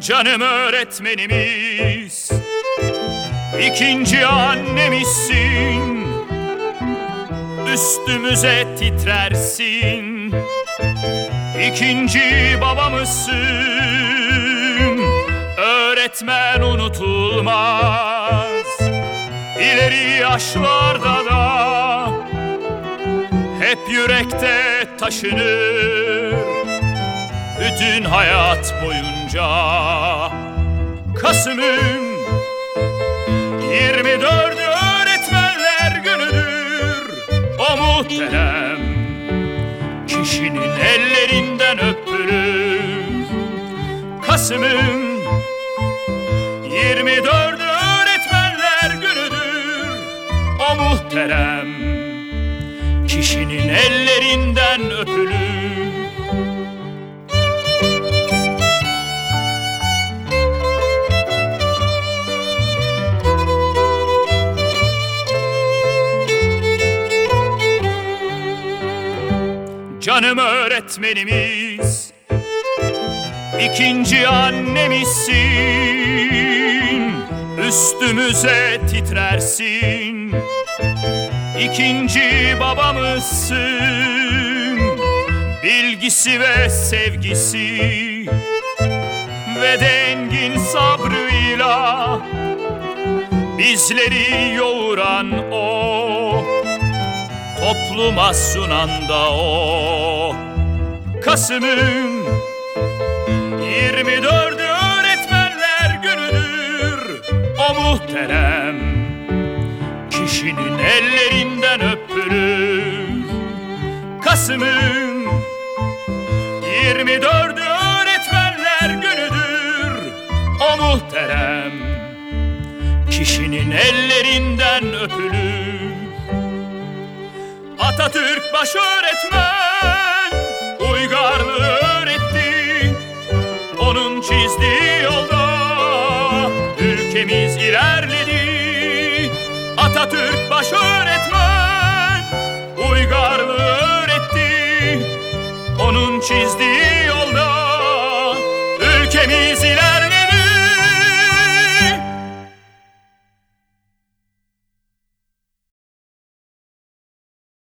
Canım öğretmenimiz, ikinci annemizsin. Üstümüze titrersin, ikinci babamızsın. Öğretmen unutulmaz, ileri yaşlarda da hep yürekte taşınır bütün hayat boyunca. Kasım'ın 24'ü öğretmenler günüdür. O muhterem kişinin ellerinden öpülür. Kasım'ın 24'ü öğretmenler günüdür. O muhterem kişinin ellerinden öpülür. Canım öğretmenimiz, ikinci annemizsin. Üstümüze titrersin, ikinci babamızsın. Bilgisi ve sevgisi ve dengin sabrıyla bizleri yoğuran o, topluma sunan da o. Kasım'ın 24'ü öğretmenler günüdür. O muhterem kişinin ellerinden öpülür. Kasım'ın 24'ü öğretmenler günüdür. O muhterem kişinin ellerinden öpülür. Atatürk baş öğretmen uygarlığı öğretti. Onun çizdiği